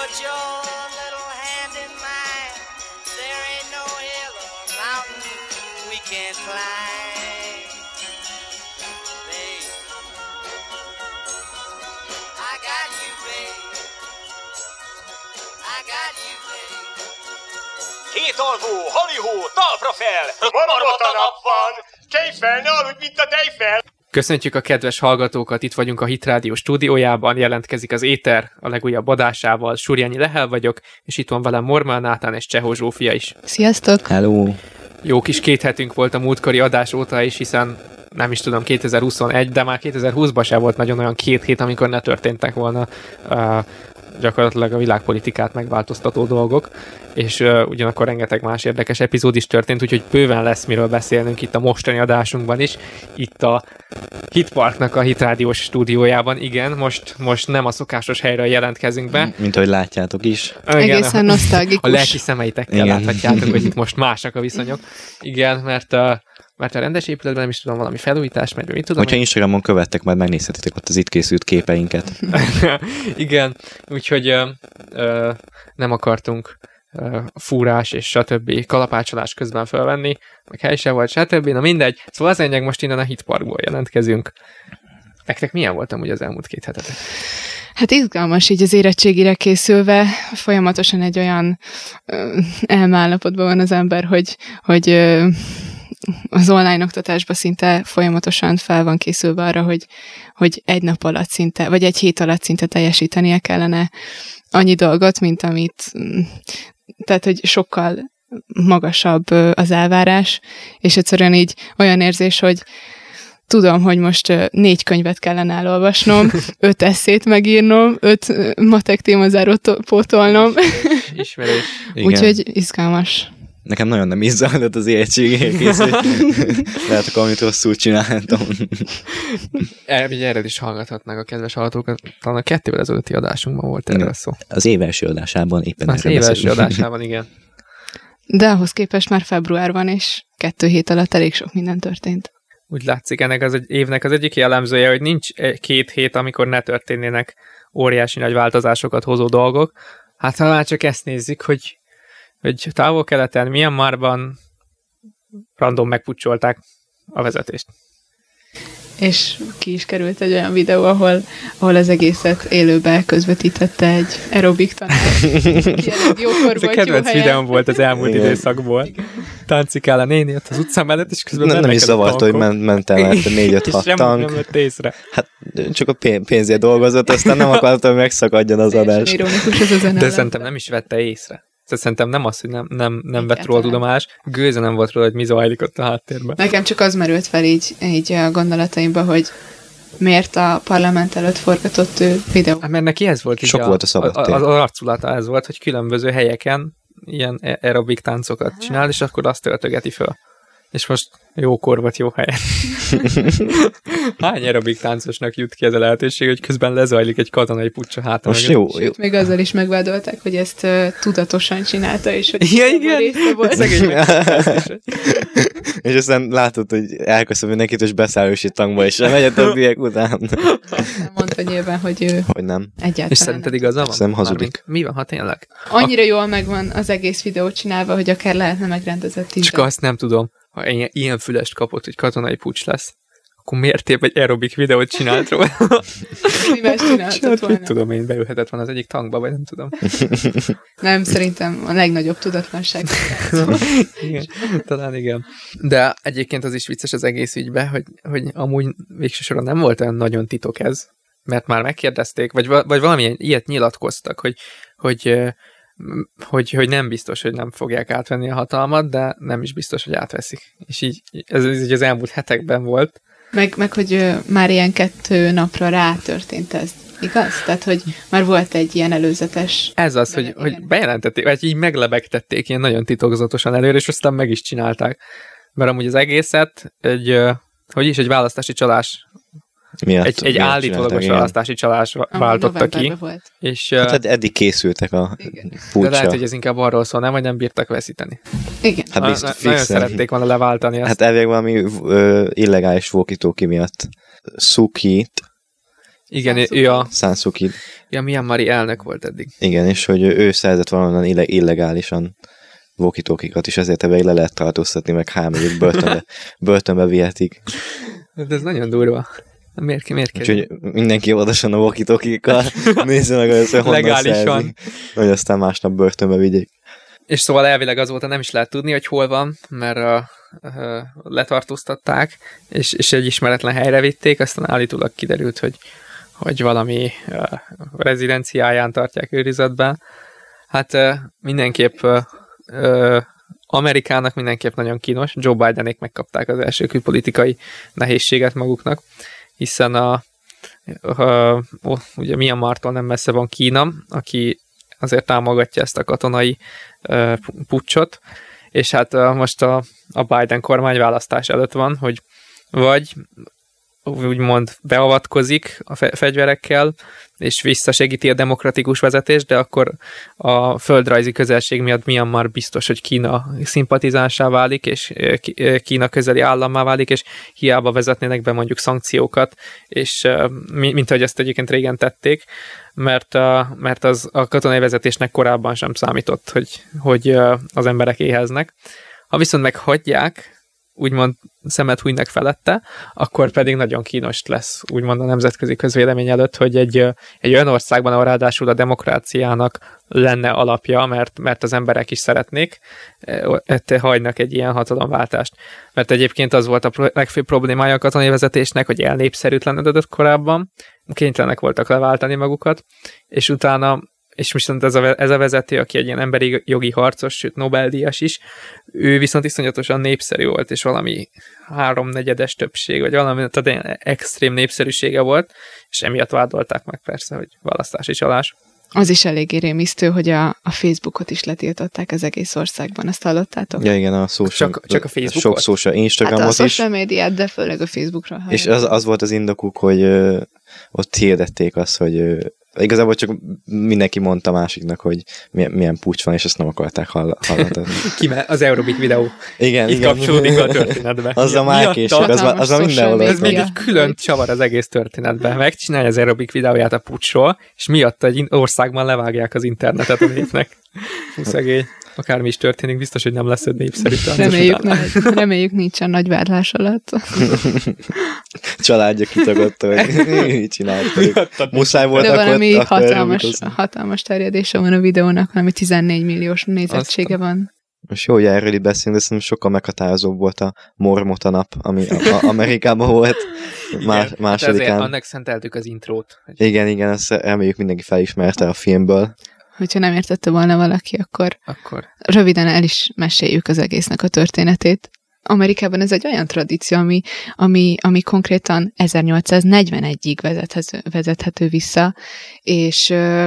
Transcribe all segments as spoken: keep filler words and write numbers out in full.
Put your little hand in mine. There ain't no hill or mountain we can't climb. Babe, I got you, babe. I got you, babe. Kétolvú, holihú, talpra fel! Marmot a nap van! Tejfel, ne aludj, mint a tejfel! Köszöntjük a kedves hallgatókat, itt vagyunk a Hit Rádió stúdiójában, jelentkezik az Éter a legújabb adásával, Surjányi Lehel vagyok, és itt van velem Mormán Nátán és Csehó Zsófia is. Sziasztok! Hello! Jó kis két hetünk volt a múltkori adás óta is, hiszen nem is tudom, kétezer-huszonegy, de már kétezer-húszban sem volt nagyon olyan két hét, amikor ne történtek volna uh, gyakorlatilag a világpolitikát megváltoztató dolgok, és uh, ugyanakkor rengeteg más érdekes epizód is történt, úgyhogy bőven lesz miről beszélnünk itt a mostani adásunkban is, itt a Hitparknak a Hit Rádiós stúdiójában. Igen, most, most nem a szokásos helyre jelentkezünk be. Mint ahogy látjátok is. Igen, egészen nosztalgikus. A lelki szemeitekkel igen. Láthatjátok, hogy itt most másak a viszonyok. Igen, mert a Mert a rendes épületben nem is tudom, valami felújítás megy, mit tudom. Hogyha én... Instagramon követtek, majd megnézhetitek ott az itt készült képeinket. Igen, úgyhogy ö, ö, nem akartunk ö, fúrás és stb. Kalapácsolás közben felvenni, meg hely se volt, stb. Na mindegy. Szóval az lényeg, most innen a Hitparkból jelentkezünk. Nektek milyen volt amúgy az elmúlt két hetetek? Hát izgalmas, így az érettségire készülve folyamatosan egy olyan ö, elmállapotban van az ember, hogy, hogy ö, az online oktatásban szinte folyamatosan fel van készülve arra, hogy, hogy egy nap alatt szinte, vagy egy hét alatt szinte teljesítenie kellene annyi dolgot, mint amit, tehát, hogy sokkal magasabb az elvárás, és egyszerűen így olyan érzés, hogy tudom, hogy most négy könyvet kellene elolvasnom, öt esszét megírnom, öt matek témazárót pótolnom. Ismerős. Úgyhogy izgalmas. Nekem nagyon nem izzadott az érettségére készült. Lehet, akkor amit rosszul csináltam. Erről is hallgathatnák a kedves hallgatókat. Talán a kettővel ezelőtti adásunkban volt erről szó. Az év első adásában éppen Az év első adásában, igen. De ahhoz képest már február van, és kettő hét alatt elég sok minden történt. Úgy látszik, ennek az egy évnek az egyik jellemzője, hogy nincs két hét, amikor ne történnének óriási nagy változásokat hozó dolgok. Hát ha már csak ezt nézzük, hogy hogy távol-keleten, Myanmarban random megpucsolták a vezetést. És ki is került egy olyan videó, ahol, ahol az egészet élőbe közvetítette egy aerobik tanár. Ez a kedvenc videóm volt az elmúlt igen. időszakból. Táncikál a néni ott az utcán mellett, és közben nem, nem is zavart, hogy ment, ment el mert négy-öt-hat tank. Nem lett észre. Hát csak a pénzért dolgozott, aztán nem akartam, hogy megszakadjon az adás. De szerintem nem is vette észre. Szerintem nem az, hogy nem, nem, nem vett róla tudomás, gőze nem volt róla, hogy mi zajlik ott a háttérben. Nekem csak az merült fel így, így a gondolataimba, hogy miért a parlament előtt forgatott ő videó. Hát, mert neki ez volt így Sok a, volt a szabadtér. Az arculata ez volt, hogy különböző helyeken ilyen aerobik táncokat csinál, és akkor azt töltögeti föl. És most jókor volt jó helyen. Hány aerobik táncosnak jut ki ez a lehetőség, hogy közben lezajlik egy katonai puccs a hátra? Most jó, jó. Sőt, még azzal is megvádolták, hogy ezt uh, tudatosan csinálta, és hogy ja, igen. része volt. Szegény és aztán látod, hogy elköszön mindenkit, és beszáll ősi tankba, és megy a többiek után. Nem mondta nyilván, hogy ő hogy nem. Egyáltalán. És szerinted igaza van? Nem hazudik. Mi van, ha tényleg? Annyira jól megvan az egész videót csinálva, hogy akár lehetne megrendezett tízben. Csak azt nem tudom, ha ilyen, ilyen fülest kapott, hogy katonai puccs lesz, akkor miért épp egy aerobik videót csinált róla? Mi más csináltat volna? Mit tudom én, beülhetett van az egyik tankba, vagy nem tudom. Nem, szerintem a legnagyobb tudatlanság. Igen, talán igen. De egyébként az is vicces az egész ügyben, hogy, hogy amúgy végső soron nem volt olyan nagyon titok ez, mert már megkérdezték, vagy, vagy valamilyen ilyet nyilatkoztak, hogy, hogy Hogy, hogy nem biztos, hogy nem fogják átvenni a hatalmat, de nem is biztos, hogy átveszik. És így ez, ez így az elmúlt hetekben volt. Meg, meg hogy már ilyen kettő napra rá történt ez, igaz? Tehát, hogy már volt egy ilyen előzetes... Ez az, hogy, hogy bejelentették, vagy így meglebegtették ilyen nagyon titokzatosan előre, és aztán meg is csinálták. Mert amúgy az egészet egy, hogy is, egy választási csalás Miatt, egy, egy állítólagos választási csalás váltotta ki. És, hát eddig készültek a puccsal. De lehet, hogy ez inkább arról szól, nem, hogy nem bírtak veszíteni. Igen. Hát biztos, na, nagyon szerették volna leváltani azt. Hát elvég valami ö, illegális walkie-talkie miatt. Szukit Igen, ő, ő a, San Suu Kyi. ja, Myanmari elnök volt eddig. Igen, és hogy ő szerzett valahonnan ille- illegálisan walkie-talkikat, és ezért ebben le lehet tartóztatni, meg három évig börtönbe, börtönbe vihetik. De ez nagyon durva. Miért, miért kell? Úgyhogy mindenki odasson a walkie-talkikkal, nézze meg, hogy honnan Legálisan. szerzi, hogy aztán másnap börtönbe vigyék. És szóval elvileg azóta nem is lehet tudni, hogy hol van, mert a, a, letartóztatták, és, és egy ismeretlen helyre vitték, aztán állítólag kiderült, hogy, hogy valami a rezidenciáján tartják őrizetben. Hát mindenképp Amerikának mindenképp nagyon kínos, Joe Bidenék megkapták az első külpolitikai nehézséget maguknak, hiszen a, a, a ugye Myanmartól nem messze van Kína, aki azért támogatja ezt a katonai uh, puccsot, és hát uh, most a, a Biden kormány választás előtt van, hogy vagy úgymond beavatkozik a fe- fegyverekkel, és visszasegíti a demokratikus vezetést, de akkor a földrajzi közelség miatt Myanmar biztos, hogy Kína szimpatizánsá válik, és Kína közeli állammá válik, és hiába vezetnének be mondjuk szankciókat, és mint ahogy ezt egyébként régen tették, mert, mert az a katonai vezetésnek korábban sem számított, hogy, hogy az emberek éheznek. Ha viszont meghagyják, úgymond szemet hunynak felette, akkor pedig nagyon kínos lesz, úgymond a nemzetközi közvélemény előtt, hogy egy, egy olyan országban, ahol ráadásul a demokráciának lenne alapja, mert, mert az emberek is szeretnék, ettől hagynak egy ilyen hatalomváltást. Mert egyébként az volt a legfőbb problémája a katonai vezetésnek, hogy elnépszerűtlenedett korábban, kénytelenek voltak leváltani magukat, és utána és viszont ez a, ez a vezető, aki egy ilyen emberi jogi harcos, sőt Nobel-díjas is, ő viszont iszonyatosan népszerű volt, és valami háromnegyedes többség, vagy valami, tehát ilyen extrém népszerűsége volt, és emiatt vádolták meg persze, hogy választási csalás. Az is eléggé rémisztő, hogy a, a Facebookot is letiltották az egész országban, ezt hallottátok? Ja, igen, a social, csak, csak a Facebookot? Sok social, Instagramot hát a is. social médiát, de főleg a Facebookra. És az, az volt az indokuk, hogy ö, ott hirdették azt, hogy ö, igazából csak mindenki mondta másiknak, hogy milyen, milyen pucs van, és ezt nem akarták hall- hallatani. Kime? Az Aerobik videó. Igen, Itt igen. kapcsolódik a történetbe. Az a már később, az, az a mindenhol. Ez még egy külön csavar az egész történetben. Megcsinálja az Aerobik videóját a pucsról, és miatt egy országban levágják az internetet a népnek. Hú, szegény. Akármi is történik, biztos, hogy nem lesz egy népszerű reméljük, reméljük nincsen nagy vádlás alatt. Családja kitagadta, hogy mit csináltak. Muszáj volt de akkor... valami akkor hatalmas, hatalmas terjedése van a videónak, valami tizennégy milliós nézettsége van. Most jó, hogy erről így beszélünk, de szerintem sokkal meghatározóbb volt a Mormota nap, ami a, a Amerikában volt más, igen, másodikán. Hát annak szenteltük az intrót. Igen, igen, ezt reméljük mindenki felismerte a filmből. Hogyha nem értette volna valaki, akkor, akkor röviden el is meséljük az egésznek a történetét. Amerikában ez egy olyan tradíció, ami, ami, ami konkrétan ezernyolcszáznegyvenegyig vezethető, vezethető vissza, és ö,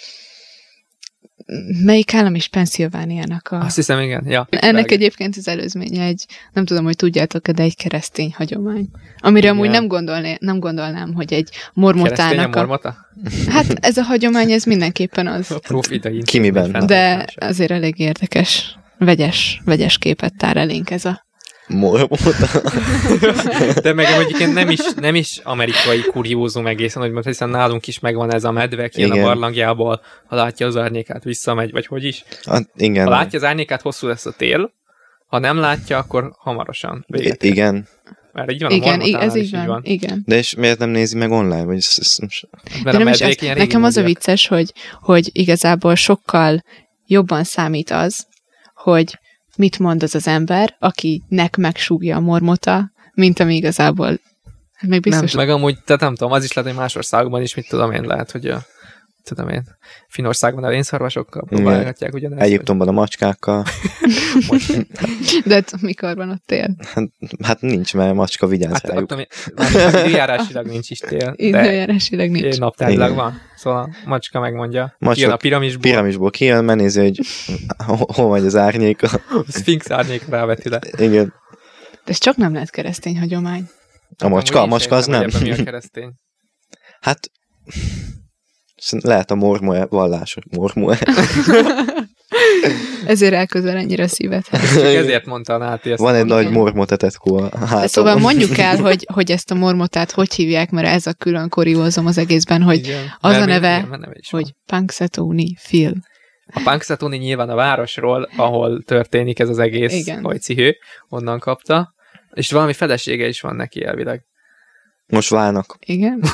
melyik állam is Pennsylvániának a... Azt hiszem, igen. Ja, Ennek vágj. egyébként az előzménye egy, nem tudom, hogy tudjátok, de egy keresztény hagyomány. Amire Igen. amúgy nem, gondolné, nem gondolnám, hogy egy mormotának Keresztény a mormota? Hát ez a hagyomány, ez mindenképpen az. A profitaink. Kimiben? De azért elég érdekes, vegyes, vegyes képet tár elénk ez a... Mormota. De meg egyébként nem is, nem is amerikai kuriózum egészen, hogy hiszen nálunk is megvan ez a medve, ki a barlangjából, ha látja az árnyékát, visszamegy, vagy hogy is. Hát, igen. Ha látja az árnyékát, hosszú lesz a tél, ha nem látja, akkor hamarosan véget. I- igen. Mert így van igen, a ez így így van, van. igen. De és miért nem nézi meg online? Vagy ez, ez, ez... De nem is ez, nekem az a vicces, hogy, hogy igazából sokkal jobban számít az, hogy mit mond az az ember, akinek megsúgja a mormota, mint ami igazából hát meg biztos... Nem, meg amúgy, tehát nem tudom, az is lehet, hogy más országban is, mit tudom én, lehet, hogy a, tudom én, Finnországban a rénszarvasokkal próbálgatják ugyanezt. Egyiptomban a macskákkal. De hát mikor van ott tél? Hát, hát nincs, mert a macska vigyáz hát, rájuk. Hát időjárásilag nincs is tél. Időjárásilag nincs. Naptárilag van. Szóval a macska megmondja. Macska kijön a piramisból. Piramisból kijön, megnézi, hogy hol vagy az árnyéka. A Sphinx árnyék ráveti le. Igen. De ez csak nem lehet keresztény hagyomány. A macska, a macska az nem. Mi a keresztény? Hát lehet a mormoe vallás, mormoe. Ezért elközel ennyire a szívet. Csak ezért mondta a Náti ezt. Van egy Igen. nagy mormotetetkó a hátamon. Szóval mondjuk el, hogy, hogy ezt a mormotát hogy hívják, mert ez a külön kuriózom az egészben, hogy Igen. az Mert a még- neve, igen, mert neve is van. hogy Punxsutawney Phil. A Punxsutawney nyilván a városról, ahol történik ez az egész Igen. hajcihő, onnan kapta, és valami felesége is van neki elvileg. Most válnak. Igen.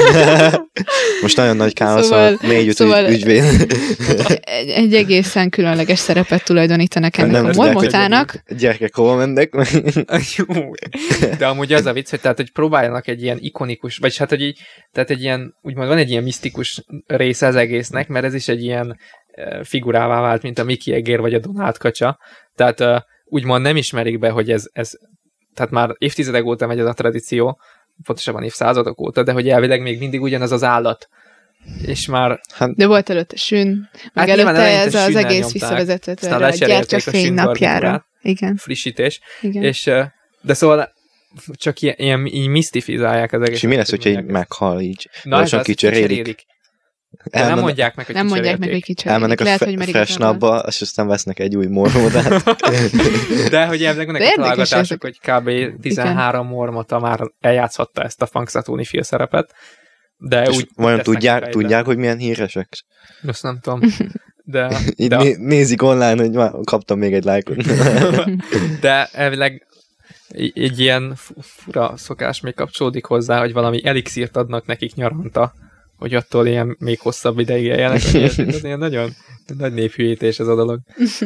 Most nagyon nagy káosz Szóval- a négy-öt szóval- ügyvéd. Egy, egy egészen különleges szerepet tulajdonítanak ennek Nem a lesz mormotának. Gyerekek hol mennek? Jó. De amúgy az a vicc, hogy, tehát, hogy próbáljanak egy ilyen ikonikus, vagy hát, hogy így, tehát egy ilyen, úgymond van egy ilyen misztikus része az egésznek, mert ez is egy ilyen eh, figurává vált, mint a Mickey Egér vagy a Donald kacsa. Tehát uh, úgymond nem ismerik be, hogy ez, ez, tehát már évtizedek óta megy ez a tradíció, pontosabban évszázadok óta, de hogy elvileg még mindig ugyanaz az állat. És már... De volt előtte sün, meg Hát nyilván előtte eleinte ez az sünnel egész nyomták, visszavezetett aztán erre a lecserélték a gyertyafény sün napjára. garnitúrát. Igen, frissítés. igen. És, uh, de szóval csak ilyen, ilyen így misztifizálják az egész. És mi lesz, hogyha így meghal így? Na, Lassan ez kicserélik. De nem Elmen- mondják meg, hogy Nem mondják meg, hogy kicserélték. kicserélik. Elmennek a Lehet, fe- hogy már fresh igazából. napba, és aztán vesznek egy új mormodát. De hogy elvileg vannak De a érdekes találgatások, ezek. hogy kb. tizenhárom mormota már eljátszhatta ezt a Punxsutawney Phil szerepet. De És úgy vajon tesznek tudják, fejbe. tudják, hogy milyen híresek? Azt nem tudom. De, Így de, né- nézik online, hogy már kaptam még egy lájkot. de elvileg egy egy ilyen fu- fura szokás még kapcsolódik hozzá, hogy valami elixírt adnak nekik nyaranta, hogy attól ilyen még hosszabb ideig éljenek. vagy ilyesmi. Ez ilyen nagyon nagy néphülyítés ez a dolog.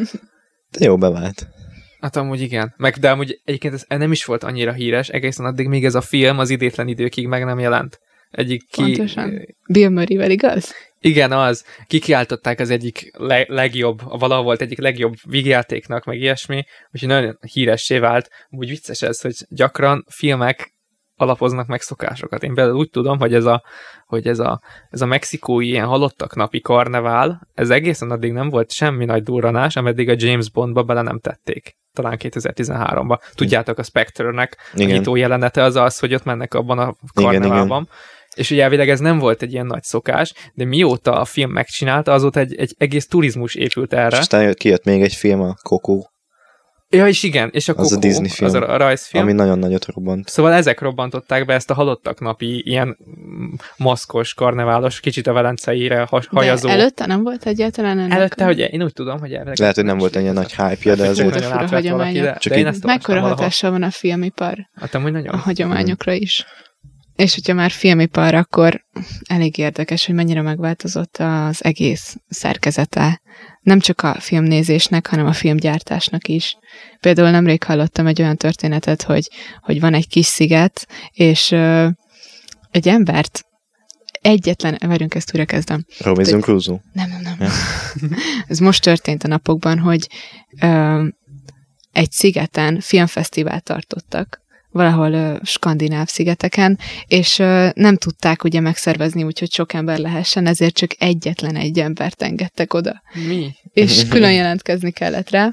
De jó bevált. Hát amúgy igen. Meg, de amúgy egyébként ez nem is volt annyira híres, egészen addig még ez a film az idétlen időkig meg nem jelent. Egyik ki... Pontosan. Bill Murray-vel, igaz? Igen, az. Kikiáltották az egyik le- legjobb, valahol volt egyik legjobb vígjátéknak, meg ilyesmi, úgyhogy nagyon híressé vált. Úgy vicces ez, hogy gyakran filmek alapoznak meg szokásokat. Én például úgy tudom, hogy ez a, hogy ez a, ez a mexikói ilyen halottak napi karnevál, ez egészen addig nem volt semmi nagy durranás, ameddig a James Bondba bele nem tették. Talán kétezer-tizenháromban. Tudjátok, a Spectre-nek a Igen. nyitó jelenete az az, hogy ott mennek abban a karneválban. Igen. És ugye elvileg ez nem volt egy ilyen nagy szokás, de mióta a film megcsinálta, azóta egy, egy egész turizmus épült erre. És aztán kijött még egy film, a Coco, Ja, és igen, és a Az a Coco, Disney film, az a rajzfilm. ami nagyon nagyot robbant. Szóval ezek robbantották be ezt a halottak napi, ilyen mm, maszkos, karneválos, kicsit a Velencei-re has- hajazó. De előtte nem volt egyáltalán ennek? Előtte, hogy én úgy tudom, hogy elvileg... Lehet, hogy nem volt ennyire nagy hype-ja, de ez Csak volt. nagyon fura átvett valaki, hagyománya. de, Csak de én így- ezt olvastam Mekkora valahol. hatással van a filmipar Hát amúgy nagyon. a hagyományokra is. És hogyha már filmipar, akkor elég érdekes, hogy mennyire megváltozott az egész szerkezete. Nem csak a filmnézésnek, hanem a filmgyártásnak is. Például nemrég hallottam egy olyan történetet, hogy, hogy van egy kis sziget, és ö, egy embert egyetlen, várjunk, ezt újra kezdem. Robinson Crusoe. Nem, nem, nem. Ez most történt a napokban, hogy ö, egy szigeten filmfesztivált tartottak, valahol ö, skandináv szigeteken, és ö, nem tudták ugye megszervezni úgy, hogy sok ember lehessen, ezért csak egyetlen egy embert engedtek oda. Mi? És külön jelentkezni kellett rá,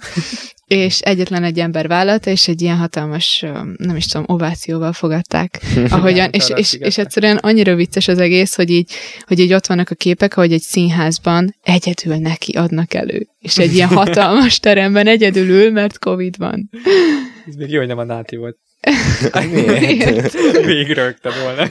és egyetlen egy ember vállalta, és egy ilyen hatalmas, ö, nem is tudom, ovációval fogadták, ahogyan, és, és, és egyszerűen annyira vicces az egész, hogy így, hogy így ott vannak a képek, ahogy egy színházban egyedül neki adnak elő, és egy ilyen hatalmas teremben egyedül ül, mert Covid van. Ez még jó, hogy nem a Náti volt. Miért? Végig rögtem volna.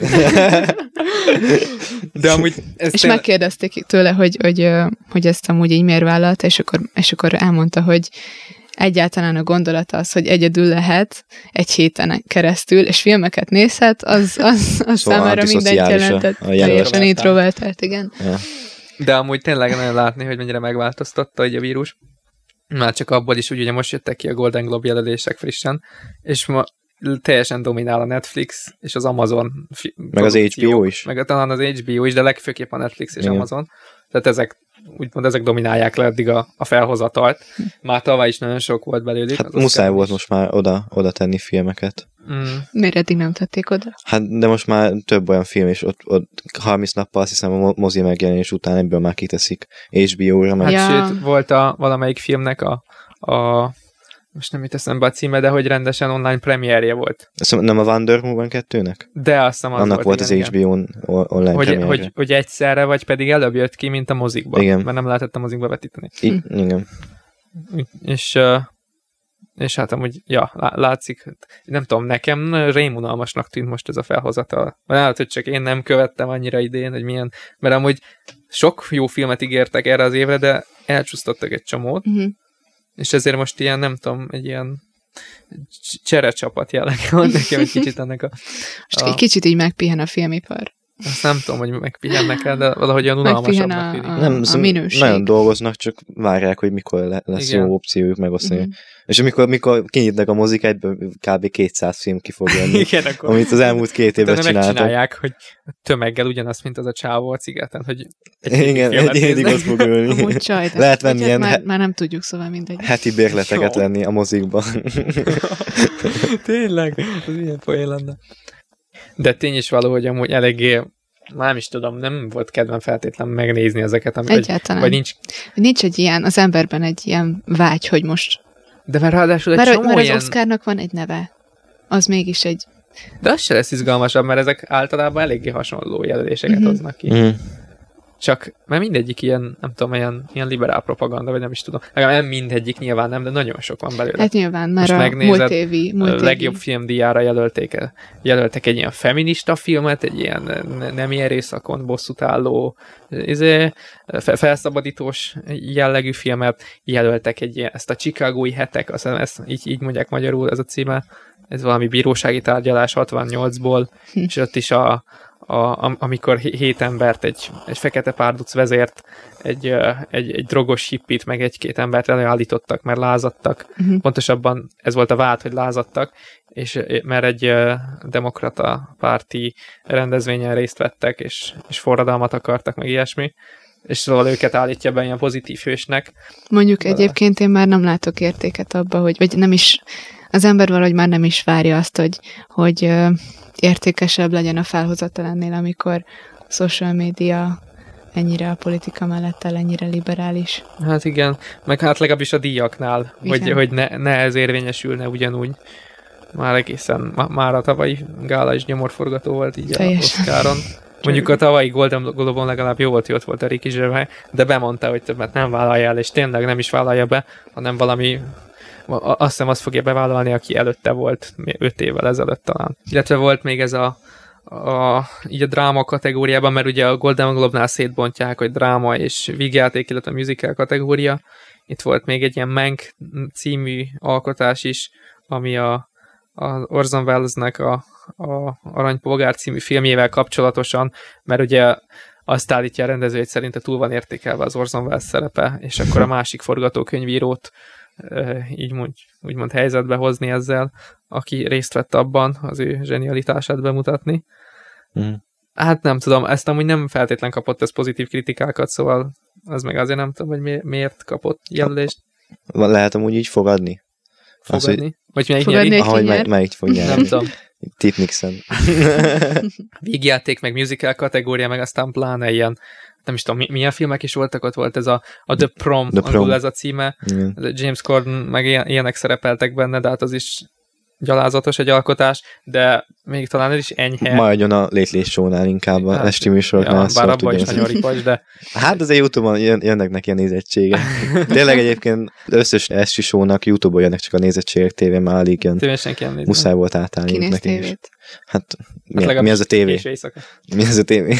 De amúgy... Ez És tényleg- megkérdezték tőle, hogy, hogy, ö, hogy ezt amúgy így miért vállalta, és akkor, és akkor elmondta, hogy egyáltalán a gondolata az, hogy egyedül lehet egy héten keresztül, és filmeket nézhet, az, az, az Szóval számára mindent antiszociális a- jelentett. a jelölt. Teljesen introvertált, igen. Ja. De amúgy tényleg nagyon látni, hogy mennyire megváltoztatta így a vírus. Már csak abból is, úgy ugye most jöttek ki a Golden Globe jelölések frissen, és ma teljesen dominál a Netflix és az Amazon. Fi- Meg az há bé ó is. Meg talán az há bé ó is, de legfőképp a Netflix és Igen. Amazon. Tehát ezek, úgymond ezek dominálják le eddig a, a felhozatalt. Már tavaly is nagyon sok volt belőlük. Hát az muszáj Oscaron volt is. most már oda, oda tenni filmeket. Mm. Miért eddig nem tették oda? Hát, de most már több olyan film, és ott, ott harminc nappal azt hiszem a mo- mozi megjelenés után ebből már kiteszik há bé ó-ra, Hát meg Ja. sőt, volt a valamelyik filmnek a, a most nem jut eszembe a címe, de hogy rendesen online premierje volt. Azt nem a Wonder Woman kettőnek? De azt hiszem az Annak volt az igen, há igen. bé ó-n o- online Hogy, premierje. hogy, hogy egyszerre, vagy pedig előbb jött ki, mint a mozikba. Igen. Mert nem lehetett a mozikba vetíteni. I- igen. És, és hát amúgy, ja, látszik, nem tudom, nekem rémunalmasnak tűnt most ez a felhozatal. Lehet, hogy csak én nem követtem annyira idén, hogy milyen, mert amúgy sok jó filmet ígértek erre az évre, de elcsúsztattak egy csomót, uh-huh. és ezért most ilyen, nem tudom, egy ilyen cserecsapat jelleg van nekem egy kicsit ennek a... Most a... egy kicsit így megpihen a filmipar. Azt nem tudom, hogy megpihennek el, de valahogy olyan unalmasabbnak tűnik. A, a, a minőség. Nagyon dolgoznak, csak várják, hogy mikor lesz igen. jó opciójuk megosztani. Mm-hmm. És amikor, amikor kinyitnak a mozik, egyből kb. kétszáz film ki fog jönni, igen, akkor amit az elmúlt két évben csináltak. Megcsinálják, hogy tömeggel ugyanazt, mint az a csávó a cigeten, hogy egy igen, egy évig ott fog ülni. Amúgy csaj, lehet venni ilyen... Már, már nem tudjuk, szóval mindegy. Heti bérleteket lenni a mozikban. Tényleg? Ez milyen poén lenne. De tény is való, hogy amúgy eléggé már nem is tudom, nem volt kedvem feltétlenül megnézni ezeket. Ami, egyáltalán. Vagy, vagy nincs... nincs egy ilyen, az emberben egy ilyen vágy, hogy most... De mert ráadásul egy mert, csomó mert ilyen... az Oscarnak van egy neve. Az mégis egy... De az se lesz izgalmasabb, mert ezek általában eléggé hasonló jelöléseket mm-hmm. hoznak ki. Mm-hmm. Csak, mert mindegyik ilyen, nem tudom, ilyen, ilyen liberál propaganda, vagy nem is tudom. Nem mindegyik, nyilván nem, de nagyon sok van belőle. Hát nyilván, mert most a múlt évi, múlt a legjobb filmdíjára jelölték, jelöltek egy ilyen feminista filmet, egy ilyen nem ilyen részakon bosszút álló, izé, felszabadítós jellegű filmet, jelöltek egy ilyen, ezt a Chicagói hetek, azt hiszem, ezt így, így mondják magyarul, ez a címe, ez valami bírósági tárgyalás hatvannyolcból, hm. és ott is a A, amikor hét embert, egy, egy fekete párduc vezért, egy, egy, egy drogos hippit, meg egy-két embert előállítottak, mert lázadtak. Uh-huh. Pontosabban ez volt a vád, hogy lázadtak, és mert egy demokrata párti rendezvényen részt vettek, és, és forradalmat akartak, meg ilyesmi. És szóval őket állítja be ilyen pozitív hősnek. Mondjuk de... egyébként én már nem látok értéket abba, hogy vagy nem is, az ember valahogy már nem is várja azt, hogy, hogy értékesebb legyen a felhozatal ennél, amikor a social media ennyire a politika mellett el, ennyire liberális. Hát igen, meg hát legalábbis a díjaknál, igen. hogy, hogy ne, ne ez érvényesülne ugyanúgy. Már egészen, már a tavalyi gála is nyomorforgató volt így teljesen. A Oscaron. Mondjuk a tavalyi Golden Globe-on legalább jó volt, hogy ott volt a Ricky Gervais, de bemondta, hogy többet nem vállalja el, és tényleg nem is vállalja be, hanem valami azt hiszem azt fogja bevállalni, aki előtte volt, öt évvel ezelőtt talán. Illetve volt még ez a, a így a dráma kategóriában, mert ugye a Golden Globe-nál szétbontják, hogy dráma és vígjáték, illetve musical kategória. Itt volt még egy ilyen Mank című alkotás is, ami a, a Orson Welles-nek a, a Aranypolgár című filmjével kapcsolatosan, mert ugye azt állítja a rendező, hogy szerinte túl van értékelve az Orson Welles szerepe, és akkor a másik forgatókönyvírót így úgy, úgymond helyzetbe hozni ezzel, aki részt vett abban, az ő zsenialitását bemutatni. Mm. Hát nem tudom, ezt amúgy nem feltétlen kapott ez pozitív kritikákat, szóval az meg azért nem tudom, hogy miért kapott jelölést. Lehet amúgy így fogadni? Fogadni? Az, vagy melyik fogadni nyeri? Ahogy mely, melyik fog nyerni. Nem tudom. Tip Nixon. Vígjáték, meg musical kategória, meg aztán pláne ilyen nem is tudom, milyen filmek is voltak, ott volt ez a, a The Prom, The Prom. Ez a címe. Mm. James Corden, meg ilyen, ilyenek szerepeltek benne, de hát az is gyalázatos egy alkotás, de még talán ez is enyhe. Majdjon a Late Late Show-nál inkább, a hát, esti műsoroknál. Ja, bár abban is nagyon ripacs, de... Hát azért YouTube-on jön, jönnek neki a nézettsége. Tényleg egyébként összes esti show-nak YouTube-on jönnek csak a nézettségek, tévén már alig jön. Tévén senki nem nézni. Muszáj volt átállni. Ki néz tévét? Hát, mi, hát mi az a tévé? Mi az a tévé?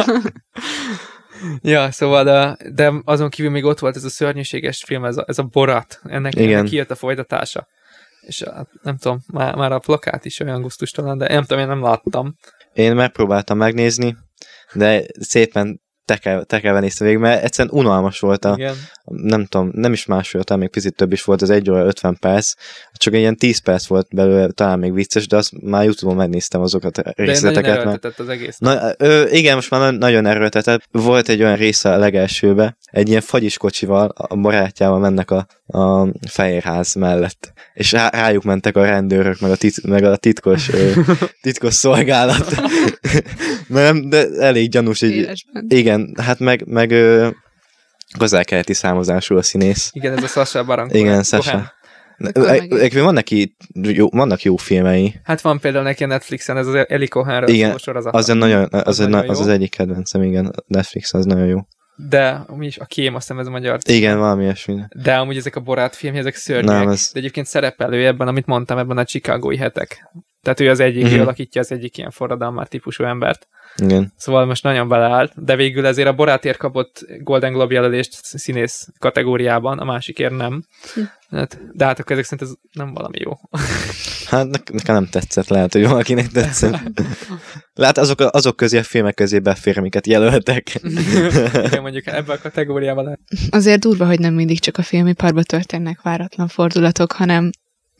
Ja, szóval, de, de azon kívül még ott volt ez a szörnyűséges film, ez a, ez a Borat. Ennek, ennek kijött a folytatása. És nem tudom, már, már a plakát is olyan gusztustalan, de nem tudom, én nem láttam. Én megpróbáltam megnézni, de szépen tekel, tekelve néztem végig, mert egyszerűen unalmas volt a, igen. nem tudom, nem is másfél, talán még picit több is volt, az egy óra ötven perc, csak ilyen tíz perc volt belőle, talán még vicces, de azt már YouTube-on megnéztem azokat a részleteket. De nagyon erőltetett az egész. Na, ö, igen, most már nagyon erőltetett. Volt egy olyan része a legelsőbe, egy ilyen fagyis kocsival, a barátjával mennek a, a Fehérház mellett, és rá, rájuk mentek a rendőrök, meg a, tit, meg a titkos, ö, titkos szolgálat. Nem, de elég gyanús. Így, igen, hát meg, meg ö, közel-keleti származású a színész. Igen, ez a Sacha Baron Cohen. Igen, Sacha. Van neki jó, vannak jó filmei. Hát van például neki a Netflixen, ez az Eli Cohenről szóló sorozat. Az, nagyon, az, az, nagyon az az egyik kedvencem, igen. Netflix az nagyon jó. de mi is a Kém, azt hiszem ez a magyar. Igen, valami ilyesmi. De amúgy ezek a Borát filmje, ezek szörnyűek. Nem, ez... De egyébként szerepelő ebben, amit mondtam, ebben a chicagói hetek. Tehát ő az egyik, Mhm. ő alakítja az egyik ilyen forradalmár típusú embert. Igen. Szóval most nagyon beleállt, de végül ezért a Borátért kapott Golden Globe jelölést színész kategóriában, a másikért nem. Hát, de hát akkor ezek szerint ez nem valami jó. Hát ne- nekem nem tetszett, lehet, hogy valakinek tetszett. Lehet, azok, azok közé, a filmek közé befér, amiket jelöltek. Igen, mondjuk ebben a kategóriában lehet. Azért durva, hogy nem mindig csak a filmiparban történnek váratlan fordulatok, hanem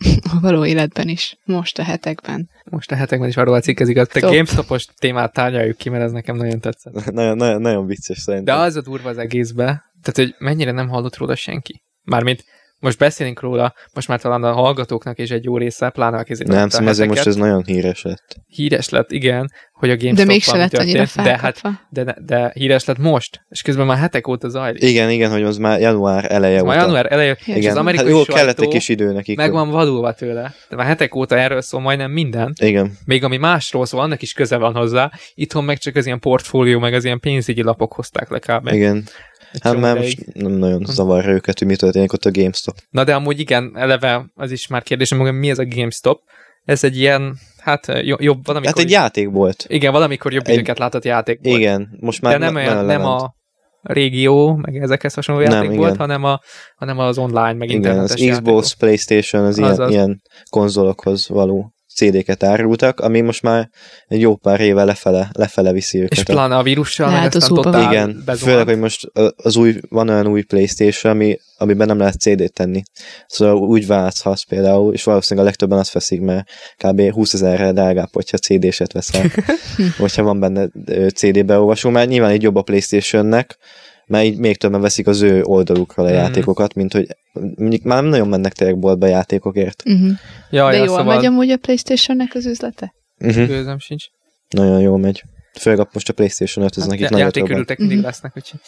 a való életben is, most a hetekben. Most a hetekben is arról cikkezik, hogy a Top. GameStop-os témát tárgyaljuk ki, mert ez nekem nagyon tetszett. nagyon, nagyon, nagyon vicces De szerintem. az a durva az egészbe, tehát hogy mennyire nem hallott róla senki. Mármint most beszélünk róla, most már talán a hallgatóknak is egy jó része, pláne a kezében. Nem, szóval azért most ez nagyon híres lett. Híres lett, igen, hogy a De GameStop mégse lett annyira de, hát, felkapva. de, de híres lett most, és közben már hetek óta zajlik. Igen, igen, hogy az már január eleje Ez óta. már január elején, és Igen, az amerikai hát jó, sajtó kellett egy kis idő nekik. meg van vadulva tőle. De már hetek óta erről szól majdnem minden. Igen. Még ami másról szól, annak is köze van hozzá. Itthon meg csak az ilyen portfólió, meg az ilyen pénzügyi lapok hozták le kb. Igen. Egy Hát csomó már ideig. most nem nagyon zavarja őket, hogy mi történik ott a GameStop. Na de amúgy igen, eleve az is már kérdés, hogy mi ez a GameStop? Ez egy ilyen, hát jo- jobb, valamikor... Hát egy játék volt. Igen, valamikor jobb Egy- időket látott játékból. Igen, most már De nem, na- olyan, nagyon nem lement. a régió, meg ezekhez hasonló Nem, játék volt, igen. hanem, a, hanem az online, meg Igen, internetes az játékok. Xbox, PlayStation, az ilyen, Azaz. ilyen konzolokhoz való cé dé-ket árultak, ami most már egy jó pár éve lefele, lefele viszi őket. És pláne a vírussal, meg Lehet, aztán az útba totál Igen, bezuhant. főleg, hogy most az új, van olyan új PlayStation, ami, amiben nem lehet cé dét tenni. Szóval úgy válthatsz például, és valószínűleg a legtöbben azt veszik, mert kb. húszezerrel drágább, hogyha cé dé-set veszel, hogyha van benne ö, cé dé beolvasó, mert nyilván így jobb a PlayStation-nek, mert így még többen veszik az ő oldalukról a Mhm. játékokat, mint hogy mondjuk már nem nagyon mennek tényleg boltba játékokért. Uh-huh. Ja, De ja, jól szóval megy amúgy a PlayStation-nek az üzlete? Uh-huh. gőzöm sincs. Nagyon jól megy. Főleg a- most a PlayStation öt, ez Hát nekik já- nagyon jobban. játékörültek mindig Mhm. lesznek, úgyhogy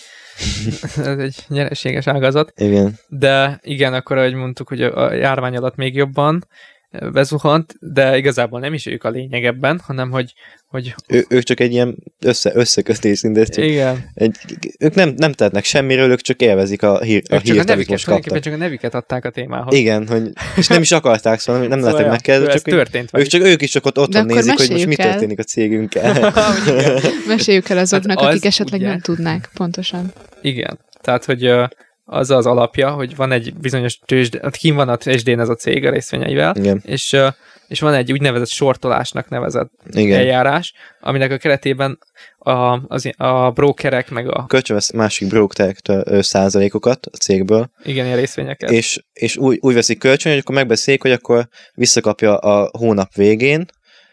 ez egy nyereséges ágazat. Igen. De igen, akkor ahogy mondtuk, hogy a a járvány alatt még jobban bezuhant, de igazából nem is ők a lényeg ebben, hanem hogy, hogy Ő, ők csak egy ilyen össze, összekötés szinte, ez csak igen, egy, ők nem, nem tehetnek semmiről, ők csak élvezik a, hír, a ők csak a hírt, amit nevüket, most tulajdonképpen kaptak. csak a nevüket adták a témához. Igen, hogy, és nem is akarták szóval, nem, nem Szóval lettek ja, megkérdezni, ez csak, ők, történt ők, velük. csak ők is csak ott otthon akkor nézik, hogy most mi meséljük el. történik a cégünkkel. Meséljük el azoknak, Hát az, akik esetleg ugye? nem tudnák pontosan. Igen, tehát hogy ö, az az alapja, hogy van egy bizonyos tőzsde, hát kim van a tőzsdén ez a cég a részvényeivel, Igen, és, ö, és van egy úgynevezett sortolásnak nevezett igen. eljárás, aminek a keretében a, az, a brokerek, meg a Kölcsönvesz másik brokerektől ö, százalékokat a cégből, igen, ilyen részvényeket. és, és úgy, úgy veszik kölcsön, hogy akkor megbeszéljük, hogy akkor visszakapja a hónap végén,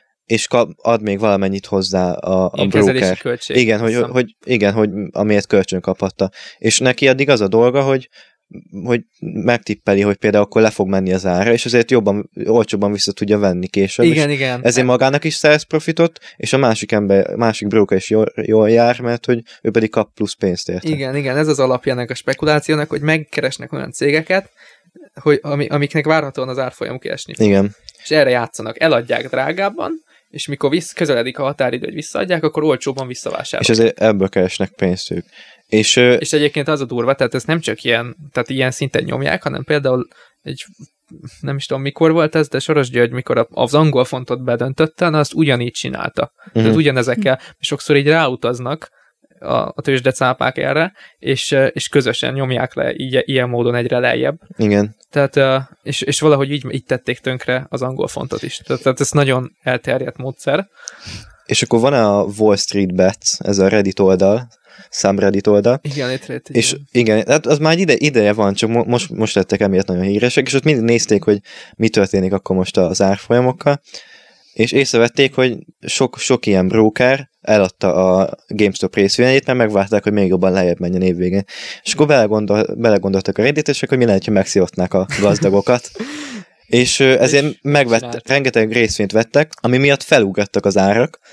és kap, ad még valamennyit hozzá a, a Ilyen kezelési broker. költség. Igen, hogy, Hiszem. hogy, igen, hogy amiért kölcsön kaphatta. És neki addig az a dolga, hogy hogy megtippeli, hogy például akkor le fog menni az ára, és ezért jobban, olcsóbban vissza tudja venni később. Igen, és igen. ezért magának is szerez profitot, és a másik ember, másik broker is jól, jól jár, mert hogy ő pedig kap plusz pénzt érte. Igen, igen, ez az alapja ennek a spekulációnak, hogy megkeresnek olyan cégeket, hogy, ami, amiknek várhatóan az árfolyam kiesni fog. Igen. És erre játszanak, eladják drágábban, és mikor vissz, közeledik a határidő, hogy visszaadják, akkor olcsóban visszavásárolják. És ezért ebből keresnek pénzt ők. És, ö, És egyébként az a durva, tehát ez nem csak ilyen, tehát ilyen szinten nyomják, hanem például egy, nem is tudom mikor volt ez, de Soros György, mikor az angol fontot bedöntötte, na azt ugyanígy csinálta. Uh-huh. Tehát Mhm. ugyanezekkel, sokszor így ráutaznak a, a tőzsdecápák erre, és, és közösen nyomják le így, ilyen módon egyre lejjebb. igen. Tehát, és, és valahogy így, így tették tönkre az angol fontot is. Tehát, tehát ez nagyon elterjedt módszer. És akkor van a Wall Street Bets, ez a Reddit oldal, subreddit oldal, Igen, létrejött. és igen, hát az már ide, ideje van, csak mo- most, most lettek emiatt nagyon híresek, és ott mindig nézték, hogy mi történik akkor most az árfolyamokkal, és észrevették, hogy sok, sok ilyen broker eladta a GameStop részvényeit, mert megvárták, hogy még jobban lejjebb menjen évvégén. És akkor belegondol, belegondoltak a redditesek, hogy mi lehet, hogy megszívotnák a gazdagokat. És ö, ezért megvett, csinált. rengeteg részvényt vettek, ami miatt felugrattak az árak,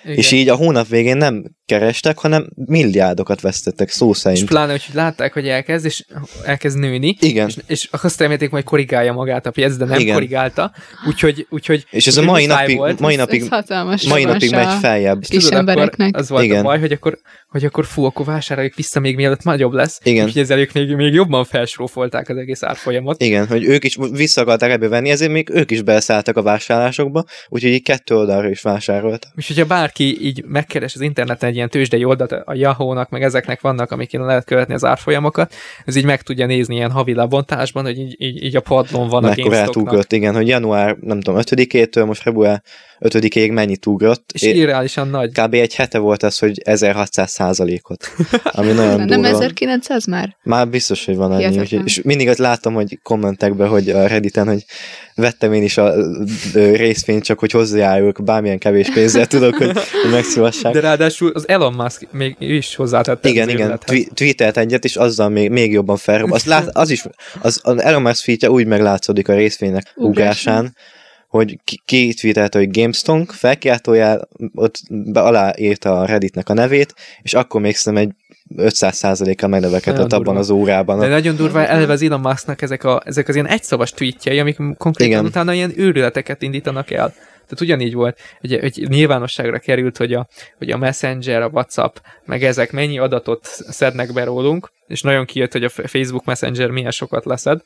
Igen. És így a hónap végén nem kerestek, hanem milliárdokat vesztettek szó szerint. És pláne, hogy látták, hogy elkezd, és elkezd nőni. Igen. És, és azt remélték, majd korrigálja magát a piac, de nem Igen. korrigálta. Úgyhogy, úgyhogy És ez a úgyhogy mai muszáj napig, volt. mai Ez- napig, ez hatalmas mai napig rovansa megy feljebb. És tudod, kis embereknek. akkor az volt Igen. a baj, hogy akkor, hogy akkor fú, akkor vásároljuk vissza még mielőtt nagyobb lesz. Igen. Úgyhogy ezzel ők még, még jobban felsrófolták az egész árfolyamot. Igen, hogy ők is vissza akarták ebbe venni, ezért még ők is beszálltak a vásárlásokba, úgyhogy így kettő oldalra is vásároltak. És hogyha bárki így megkeres az interneten egy ilyen tőzsdei oldalt, a Yahoo-nak, meg ezeknek vannak, amikén lehet követni az árfolyamokat, ez így meg tudja nézni ilyen havi lebontásban, hogy így, így, így a padlón van a Mekkora GameStopnak. ugrott, igen, hogy január, nem tudom, ötödikétől most február ötödikéig mennyit ugrott. És É- irreálisan nagy. Kb. Egy hete volt az, hogy ezerhatszáz százalékot, ami nagyon Nem durva. ezerkilencszáz már? Már biztos, hogy van annyi. Hihetetlen. Úgyhogy, és mindig azt látom, hogy kommentekben, hogy a Redditen, hogy vettem én is a ö, részvényt, csak hogy hozzájárulok, bármilyen kevés pénzzel tudok, hogy, hogy megszívassák. De ráadásul az Elon Musk még ő is hozzátette Igen, az igen, üzlethez. twi- tweetelt egyet, és azzal még, még jobban felrobb. Az, lát, az is, az, az Elon Musk tweetje úgy meglátszódik a részvénynek ugrásán, hogy ki, ki tweetelte, hogy GameStonk felkiáltójel, ott be aláírta a Redditnek a nevét, és akkor még szerintem egy ötszáz százalékkal megnövekedett Nagyon abban durva. az órában. De nagyon durva, eleve az Elon Musknak ezek, a, ezek az ilyen egyszavas tweetjei, amik konkrétan Igen. utána ilyen őrületeket indítanak el. Tehát ugyanígy volt, hogy, hogy nyilvánosságra került, hogy a, hogy a Messenger, a WhatsApp, meg ezek mennyi adatot szednek be rólunk, és nagyon kijött, hogy a Facebook Messenger milyen sokat leszed.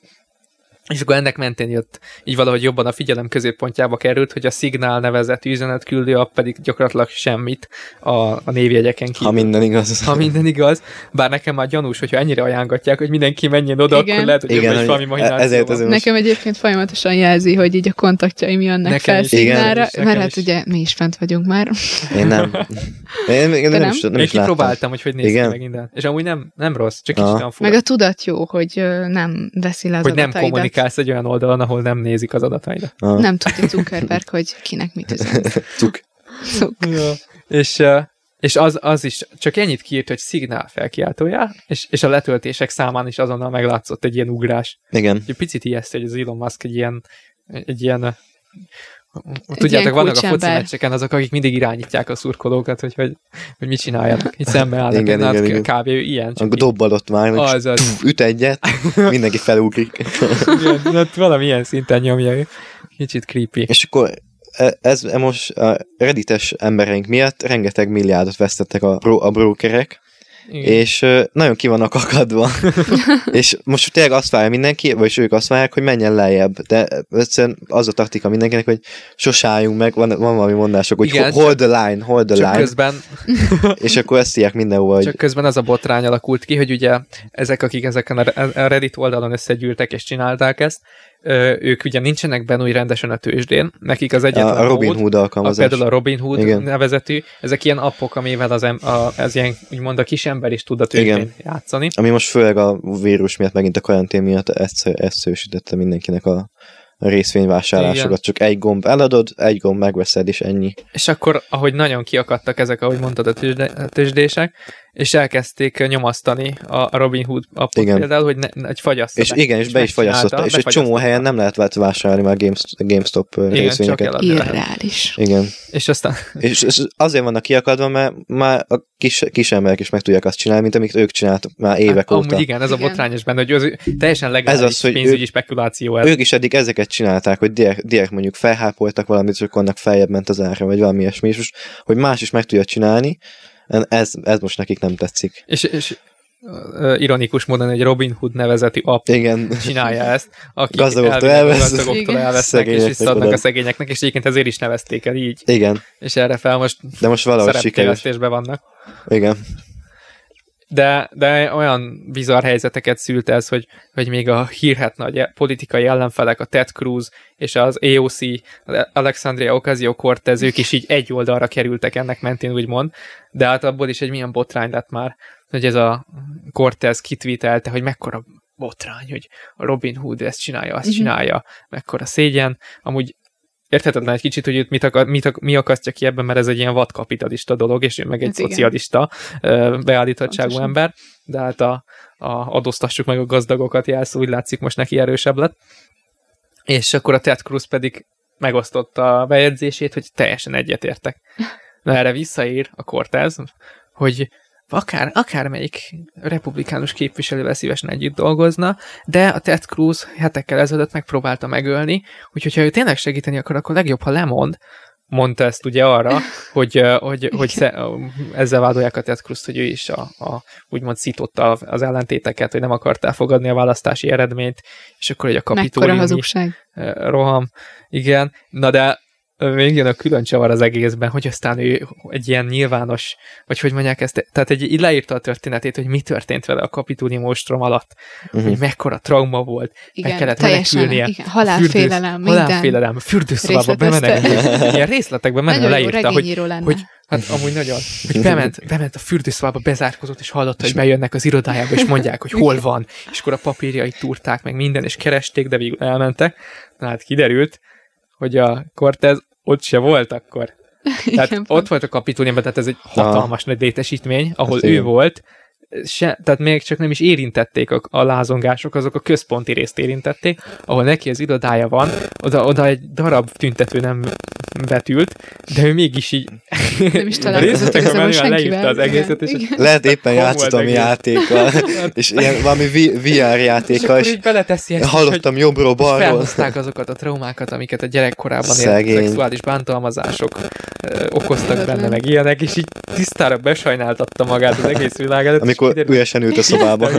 És akkor ennek mentén jött, így valahogy jobban a figyelem középpontjába került, hogy a Signal nevezetű üzenetküldő app pedig gyakorlatilag semmit a, a névjegyeken kívül. Ha minden igaz. Ha minden igaz, bár nekem már gyanús, hogyha ennyire ajánlatják, hogy mindenki menjen oda, Igen. akkor lehet, hogy Igen, jobban is hogy valami mahináció ezért- van. ezért- most- Nekem egyébként folyamatosan jelzi, hogy így a kontaktjaim jönnek Nekem fel is. Signalra, Igen, nekem mert hát is. ugye mi is fent vagyunk már. Én nem. Én, én nem, nem? is, nem Én is láttam. kipróbáltam, hogy hogy néz ki Igen? meg minden. És amúgy nem, nem rossz, csak Aha. kicsit olyan fura. Meg a tudat jó, hogy ö, nem veszi le az Hogy nem adataidat. kommunikálsz egy olyan oldalon, ahol nem nézik az adataidat. Ah. Nem tudja Zuckerberg, hogy kinek mit üzensz. Cuk. Cuk. Ja. És, uh, és az, az is csak ennyit kiírt, hogy Signal felkiáltójál, és, és a letöltések számán is azonnal meglátszott egy ilyen ugrás. Igen. Egy picit ijesztő, hogy az Elon Musk egy ilyen, egy ilyen uh, Egy tudjátok, ilyen vannak a kulcsember. foci meccseken azok, akik mindig irányítják a szurkolókat, hogy, hogy, hogy mit csináljanak. Így szembe állnak. Igen, Hát igen, igen. kb. Ilyen. Csak Akkor dobbalott már, meg Az, az. pff, üt egyet, mindenki felugrik. Igen, hát valamilyen szinten nyomja ő. Kicsit creepy. És akkor e- ez most a reddites embereink miatt rengeteg milliárdot vesztettek a, bro- a brokerek, Igen. és ö, nagyon ki vannak akadva. És most tényleg azt várja mindenki, vagy ők azt várják, hogy menjen lejjebb. De egyszerűen az a taktika mindenkinek, hogy sosálljunk meg, van, van valami mondások, hogy Igen, hold the line, hold the Csak line, közben, és akkor ezt írják mindenhol, hogy csak közben az a botrány alakult ki, hogy ugye ezek, akik ezeken a Reddit oldalon összegyűltek és csinálták ezt, ö, ők ugye nincsenek benne úgy rendesen a tőzsdén, nekik az egyetlen a, a Robin mód, Hood a, alkalmazás. például a Robin Hood Igen. nevezetű, ezek ilyen appok, amivel az, em, a, ez ilyen, úgymond a kis ember is tud a tőzsdén Igen. játszani. Ami most főleg a vírus miatt, megint a karantén miatt egyszerűsítette mindenkinek a a részvényvásárlásokat. Igen. Csak egy gomb eladod, egy gomb megveszed, és ennyi. És akkor, ahogy nagyon kiakadtak ezek, ahogy mondtad, a, tőzsde, a tőzsdések, és elkezdték nyomasztani a Robin Hood appot Igen. például, hogy, ne, hogy fagyassza És be. igen, és be is megcsinálta, fagyasztotta. És egy csomó befagyasztotta. helyen nem lehet vásárolni már Games- GameStop ö, Igen, csak részvényeket. eladni lehet. Irreális. Igen. És aztán És ez azért vannak kiakadva, mert már a kis, kis emberek is meg tudják azt csinálni, mint amit ők csináltak már évek hát, óta. amúgy igen, ez a Igen. botrányos benne, hogy az teljesen legális Ez az, hogy pénzügyi ők- spekuláció ez. Ők is eddig ezeket csinálták, hogy direkt, direkt mondjuk felhápoltak valamit, és akkor annak feljebb ment az ára, vagy valami ilyesmi, és most, hogy más is meg tudja csinálni, ez, ez most nekik nem tetszik. És, és ö, ironikus módon egy Robin Hood nevezeti app Igen. csinálja ezt, akik Gazdagoktól elvileg a elvesz. gazdagoktól Igen. elvesznek, és Szegényeknek visszaadnak oda. a szegényeknek, és egyébként ezért is nevezték el így. Igen, És erre fel most de most valahogy sikerült. szereptévesztésben vannak. Igen. De, de olyan bizarr helyzeteket szült ez, hogy, hogy még a hírhet nagy politikai ellenfelek, a Ted Cruz és az á o cé, Alexandria Ocasio-Cortez, ők is így egy oldalra kerültek ennek mentén, úgymond, de hát abból is egy milyen botrány lett már, hogy ez a Cortez kitweetelte, hogy mekkora botrány, hogy a Robin Hood ezt csinálja, azt Mhm. csinálja, mekkora szégyen. Amúgy érthetetlen egy kicsit, hogy őt mit, akar, mit ak- mi akasztja ki ebben, mert ez egy ilyen vadkapitalista dolog, és ő meg egy Hát igen. szocialista ö, beállítottságú Pontosan. ember, de hát a, a adóztassuk meg a gazdagokat jelszó, úgy látszik most neki erősebb lett. És akkor a Ted Cruz pedig megosztotta a bejegyzését, hogy teljesen egyetértek. Na erre visszaér a Cortez, hogy akár, akármelyik republikánus képviselővel szívesen együtt dolgozna, de a Ted Cruz hetekkel ezelőtt megpróbálta megölni, úgyhogy ha ő tényleg segíteni akar, akkor legjobb, ha lemond. Mondta ezt ugye arra, hogy, hogy, hogy sze, ezzel vádolják a Ted Cruz, hogy ő is a, a, úgymond szította az ellentéteket, hogy nem akart elfogadni a választási eredményt, és akkor, hogy a kapitóliumi roham. Igen, na de még jön a külön csavar az egészben, hogy aztán ő egy ilyen nyilvános, vagy hogy mondják ezt, tehát egy, így leírta a történetét, hogy mi történt vele a kapitóliumi ostrom alatt, uh-huh. hogy mekkora trauma volt, igen, meg kellett menekülnie. Igen, halálfélelem, minden. Halálfélelem, fürdőszobába bemenekülnie. Ilyen részletekben menne leírta, hogy, hogy hát amúgy nagyon, hogy bement, bement a fürdőszobába, bezárkozott, és hallotta, hogy bejönnek az irodájába, és mondják, hogy hol van, és akkor a papírjait túrták, meg minden, és keresték, de végül elmentek. Na hát kiderült, hogy a Cortez ott se volt akkor. Tehát igen, ott volt a kapitóliumban, tehát ez egy hatalmas nagy létesítmény, ahol hát ő igen. volt, se, tehát még csak nem is érintették a, a lázongások, azok a központi részt érintették, ahol neki az irodája van, oda, oda egy darab tüntető nem betült, de ő mégis így nem is találkozott igazából senkivel. Az egészet, és lehet éppen játszottam játékkal, és ilyen valami vé er játékkal, és, és hallottam hogy jobbról, balról. Felhozták azokat a traumákat, amiket a gyerekkorában élt, szexuális bántalmazások ö, okoztak benne, meg ilyenek, és így tisztára besajnáltatta magát az egész világ előtt. Amikor ügyesen ült a szobába.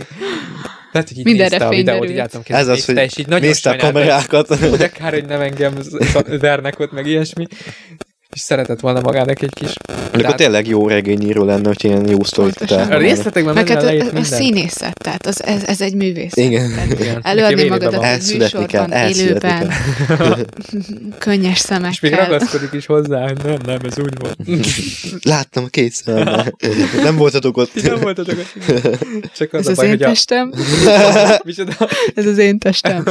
Tehát, hogy így nézte a videót, így álltam ez az, hogy és így nézte a kamerákat. Hogy akár, hogy nem engem vernek ott, meg ilyesmi. És szeretett volna magának egy kis... Akkor hát... tényleg jó regényíró lenne, hogy ilyen jó sztorit utál. A részletekben menne leírt minden. A színészet, tehát az, ez, ez egy művész. Igen. Igen. Előadni magadat egy műsorban, élőben, könnyes szemekkel. És még ragaszkodik is hozzá, hogy nem, nem, ez úgy volt. Láttam a két szemben. Nem voltatok ott. Nem voltatok ott. Csak az ez a baj, az én testem. Ez az én testem.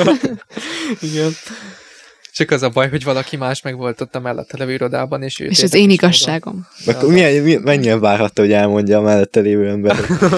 Igen. Csak az a baj, hogy valaki más meg volt ott a mellette levő irodában, és ő... És az én igazságom. Akkor milyen, mennyien várhatta, hogy elmondja a mellette lévő ember?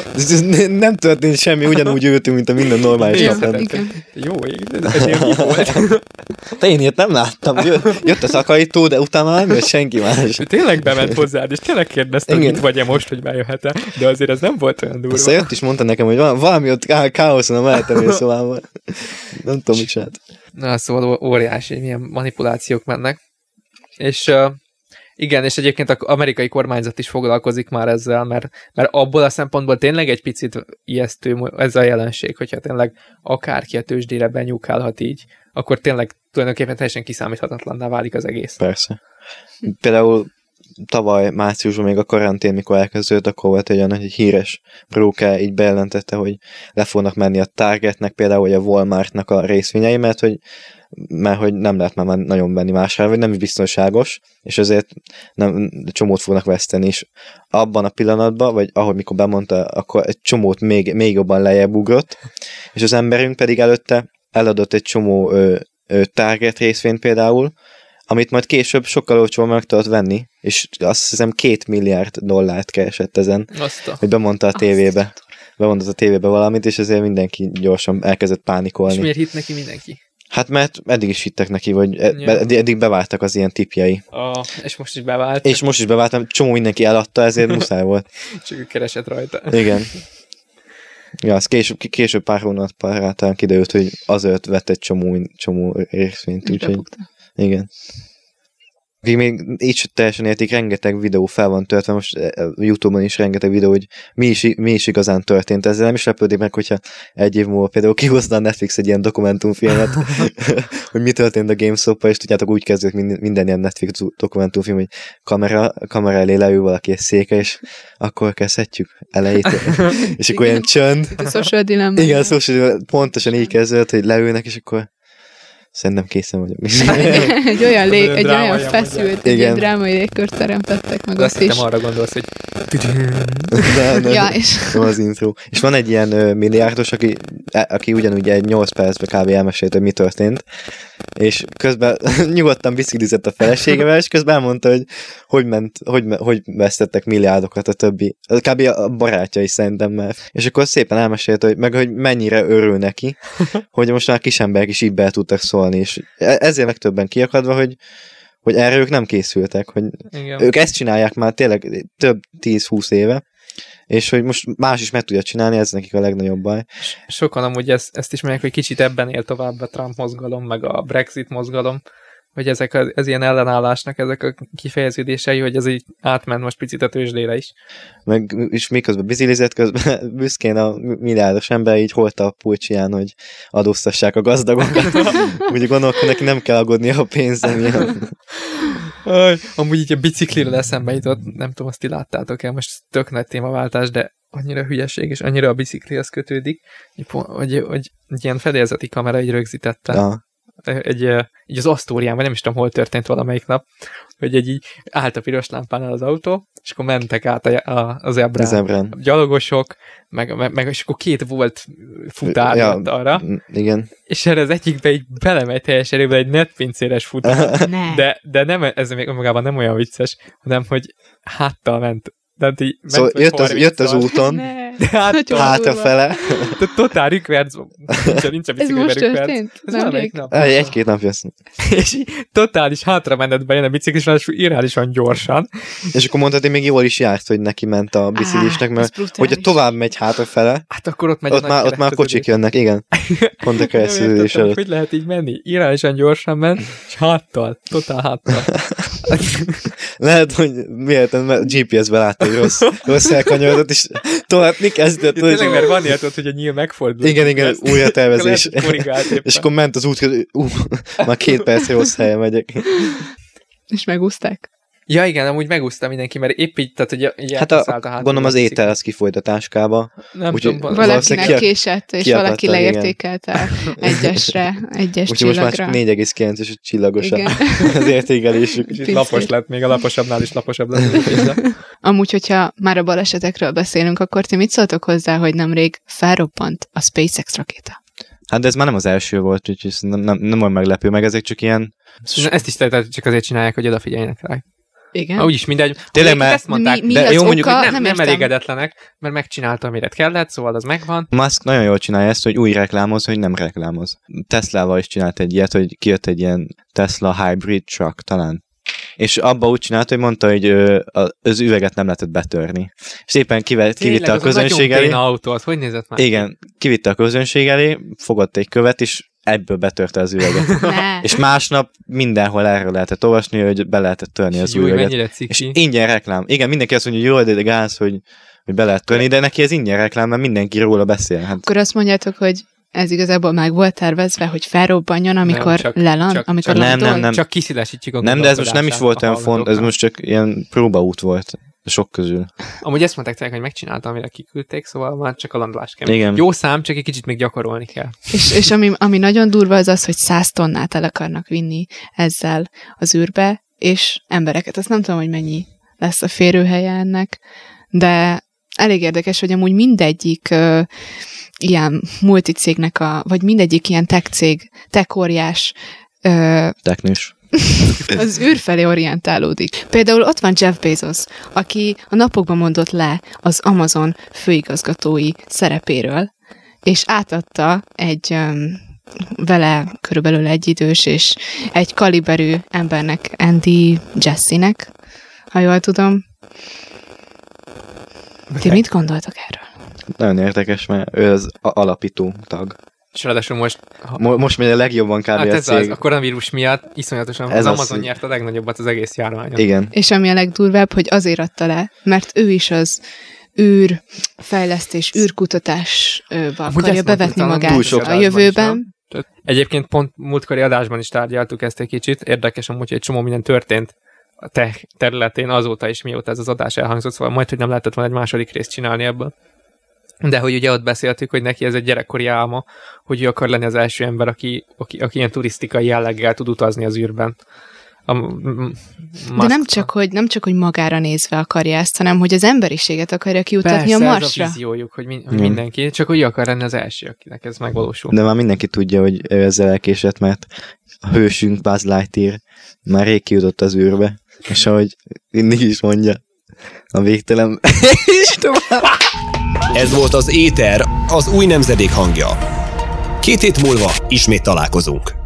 Nem történt semmi, ugyanúgy ültünk, mint a minden normális nap. Jó, ez ilyen mi volt? Te én ilyet nem láttam. Jött a szakajtó, de utána nem jött senki más. Ő tényleg bement hozzád, és tényleg kérdezte, hogy itt vagy-e most, hogy bejöhet-e, de azért ez nem volt olyan durva. Aztán jött is mondta nekem, hogy valami ott káoszon a mellette lévő szobában. Nem tudom, mit csinált. Na, szóval óriási, milyen manipulációk mennek. És uh, igen, és egyébként az amerikai kormányzat is foglalkozik már ezzel, mert, mert abból a szempontból tényleg egy picit ijesztő ez a jelenség, hogyha tényleg akárki a tőzsdére benyúkálhat így, akkor tényleg tulajdonképpen teljesen kiszámíthatatlanná válik az egész. Persze. Például tavaly márciusban még a karantén, mikor elkezdődött, akkor volt egy olyan, hogy híres broker így bejelentette, hogy le fognak menni a Targetnek, például vagy a Walmartnak a részvényei, mert hogy, mert hogy nem lehet már nagyon venni másra, vagy nem is biztonságos, és azért nem, csomót fognak veszteni, és abban a pillanatban, vagy ahogy mikor bemondta, akkor egy csomót még, még jobban lejjebb ugrott, és az emberünk pedig előtte eladott egy csomó ö, ö, Target részvényt például, amit majd később sokkal olcsóban meg tudott venni, és azt hiszem két milliárd dollárt keresett ezen, Azta. hogy bemondta a tévébe. Bemondta a tévébe valamit, és ezért mindenki gyorsan elkezdett pánikolni. És miért hitt neki mindenki? Hát mert eddig is hittek neki, vagy ja. eddig beváltak az ilyen tipjei. Oh, és most is bevált. És most is beváltam, csomó mindenki eladta, ezért muszáj volt. Csak ő keresett rajta. Igen. Ja, az később, később pár hónappal rá talán kiderült, hogy azért vett egy csomó, csomó részvényt. Úgyhogy... Igen. Akik még így sem teljesen értik, rengeteg videó fel van töltve, most YouTube-on is rengeteg videó, hogy mi is, mi is igazán történt. Ezzel nem is lepődik meg, hogyha egy év múlva például kihozna a Netflix egy ilyen dokumentumfilmet, hogy mi történt a GameStop-pa, és tudjátok, úgy kezdődik minden ilyen Netflix dokumentumfilm, hogy kamera, kamera elé leül valaki egy széke, és akkor kezdhetjük elejétől. És akkor ilyen csönd. A Social Dilemma. Igen, a Social Dilemma pontosan így kezdődött, hogy leülnek, és akkor szerintem készen vagyok. egy olyan, lé, egy olyan feszült, egy ilyen drámai légkört teremtettek meg. De azt hittem arra gondolsz, hogy... de, de, ja, és... Nem az intro. És van egy ilyen uh, milliárdos, aki, aki ugyanúgy egy nyolc percben kb. Elmesélt, hogy mi történt, és közben nyugodtan biciklizett a feleségevel, és közben elmondta, hogy hogy, ment, hogy, hogy vesztettek milliárdokat a többi, kb. A barátja is szerintem már. És akkor szépen elmesélt, hogy meg hogy mennyire örül neki, hogy most már kisemberek is így be tudtak szólni, és ezért meg többen kiakadva, hogy hogy erre ők nem készültek, hogy Igen. ők ezt csinálják már tényleg több tíz-húsz éve, és hogy most más is meg tudja csinálni, ez nekik a legnagyobb baj. Sokan amúgy ezt, ezt is mondják, hogy kicsit ebben él tovább a Trump mozgalom, meg a Brexit mozgalom, hogy ezek az, ez ilyen ellenállásnak ezek a kifejeződései, hogy ez így átment most picit a tőzsdére is. Meg, és miközben bizilizett, közben büszkén a milliárdos ember így holta a pulcsiján, hogy adóztassák a gazdagokat. Úgy gondolok, hogy neki nem kell aggódni a pénzem. Aj, amúgy így a bicikliről eszembe jutott, nem tudom, azt ti láttátok el, most tök nagy témaváltás, de annyira hülyeség, és annyira a biciklihez kötődik, hogy, hogy, hogy egy ilyen fedélzeti kamera így rögzítette. Ja. Egy, így az Asztórián, vagy nem is tudom, hol történt valamelyik nap, hogy egy így állt a piros lámpánál az autó, és akkor mentek át a, a, az ebrán. Az ebrán. Gyalogosok, meg, meg, meg, és akkor két volt futár ja, arra. Igen. És erre az egyikbe így belemegy teljes erőben egy netpincéres futár. Ne. De, de nem, ez még magában nem olyan vicces, hanem, hogy háttal ment. De így szóval ment, jött, az, jött az úton, de háttal, hátrafele. De totál rükverc, nincs, nincs a bicikliben rükverc. Ez valamelyik nap. Egy-két nap jössz. És így totális hátra menett be, jön a biciklis, és irreálisan gyorsan. És akkor mondtad, hogy még jól is járt, hogy neki ment a biciklisnek, mert hogyha tovább megy hátrafele, hát akkor ott, megy ott, már, ott már kocsik jönnek, igen. Pont a kereszteződés előtt. Hogy lehet így menni? Irreálisan gyorsan ment, és háttal, totál háttal. Lehet, hogy miért gé pé es-ben látta, hogy rossz, rossz elkanyarodott, és tolatni kezdett. Ja, tényleg, mert van ilyet, hogy a nyíl megfordul. Igen, igen, újra tervezés. És akkor ment az út, hogy uh, már két percre rossz helyen megyek. És megúszták. Ja, igen, amúgy megúszta mindenki, mert épp így, tehát, hogy így hát a, a gondolom az étel az kifolyt a táskába. Nem úgy, tudom. Valakinek ki, késett, és valaki leértékelte egyesre, egyes úgy, csillagra. Most már csak négy egész kilences és csillagos az értékelésük. Kicsit lapos lett, még a laposabbnál is laposabb lett. Amúgy, hogyha már a balesetekről beszélünk, akkor ti mit szóltok hozzá, hogy nemrég felrobbant a SpaceX rakéta? Hát de ez már nem az első volt, úgyhogy nem, nem, nem olyan meglepő, meg ezek csak ilyen... Ezt is csak azért csinálják, hogy odafigyeljenek rá. Igen. Ah, úgyis mindegy. Tényleg, mert ezt mondták, mi, mi de jó, mondjuk, oka? hogy nem, nem, nem elégedetlenek, mert megcsinálta, amire kellett, szóval az megvan. Musk nagyon jól csinálja ezt, hogy új reklámoz, hogy nem reklámoz. Teslával is csinált egy ilyet, hogy kijött egy ilyen Tesla Hybrid Truck talán. És abba úgy csinált, hogy mondta, hogy ö, az üveget nem lehetett betörni. És éppen kive, kivitte a közönség elé. Autó, az hogy nézett már? Igen, kivitte a közönség elé, fogott egy követ, és egyből betörte az üveget. És másnap mindenhol erről lehetett olvasni, hogy be lehetett törni az Jó, üveget. És ingyen reklám. Igen, mindenki azt mondja, hogy jó, de gáz, hogy, hogy be lehet törni, de neki ez ingyen reklám, mert mindenki róla beszél. Hát... Akkor azt mondjátok, hogy ez igazából meg volt tervezve, hogy felrobbanjon, amikor nem, csak, leland, csak, amikor csak, nem, nem, nem. Csak kiszélesítjük a nem, de ez most nem is volt olyan font, ez most csak ilyen próbaút volt. Sok közül. Amúgy ezt mondták tényleg, hogy megcsináltam, amire kiküldték, szóval már csak a landolás kell. Igen. Jó szám, csak egy kicsit még gyakorolni kell. És, és ami, ami nagyon durva az az, hogy száz tonnát el akarnak vinni ezzel az űrbe, és embereket. Azt nem tudom, hogy mennyi lesz a férőhelye ennek, de elég érdekes, hogy amúgy mindegyik uh, ilyen multicégnek, a, vagy mindegyik ilyen tech cég, tech óriás uh, technős. az űr felé orientálódik. Például ott van Jeff Bezos, aki a napokban mondott le az Amazon főigazgatói szerepéről, és átadta egy um, vele körülbelül egy idős és egy kaliberű embernek, Andy Jassy-nek, ha jól tudom. Ti mit gondoltak erről? Nagyon érdekes, mert ő az alapító tag. És ráadásul most... Ha... Mo- most megy a legjobban kb. Hát a ez cég. Az, a koronavírus miatt iszonyatosan ez az Amazon az... nyert a legnagyobbat az egész járványon. Igen. És ami a legdurvább, hogy azért adta le, mert ő is az űrfejlesztés, űrkutatásba akarja bevetni magát a jövőben. Egyébként pont múltkori adásban is tárgyaltuk ezt egy kicsit. Érdekes amúgy, hogy egy csomó minden történt a tech területén azóta is, mióta ez az adás elhangzott, szóval majd, hogy nem lehetett volna egy második részt csinálni ebből. De hogy ugye ott beszéltük, hogy neki ez egy gyerekkori álma, hogy ő akar lenni az első ember, aki, aki, aki ilyen turisztikai jelleggel tud utazni az űrben. A, m- De nem csak, hogy, nem csak, hogy magára nézve akarja ezt, hanem hogy az emberiséget akarja kiutatni a Marsra. Persze, ez a víziójuk, hogy, min- hogy mindenki, csak hogy akar lenni az első, akinek ez megvalósul. De már mindenki tudja, hogy ő ezzel elkésett, mert a hősünk Buzz Lightyear már rég kijutott az űrbe, és ahogy mindig is mondja, a végtelen... Ez volt az Éter, az új nemzedék hangja. Két hét múlva ismét találkozunk.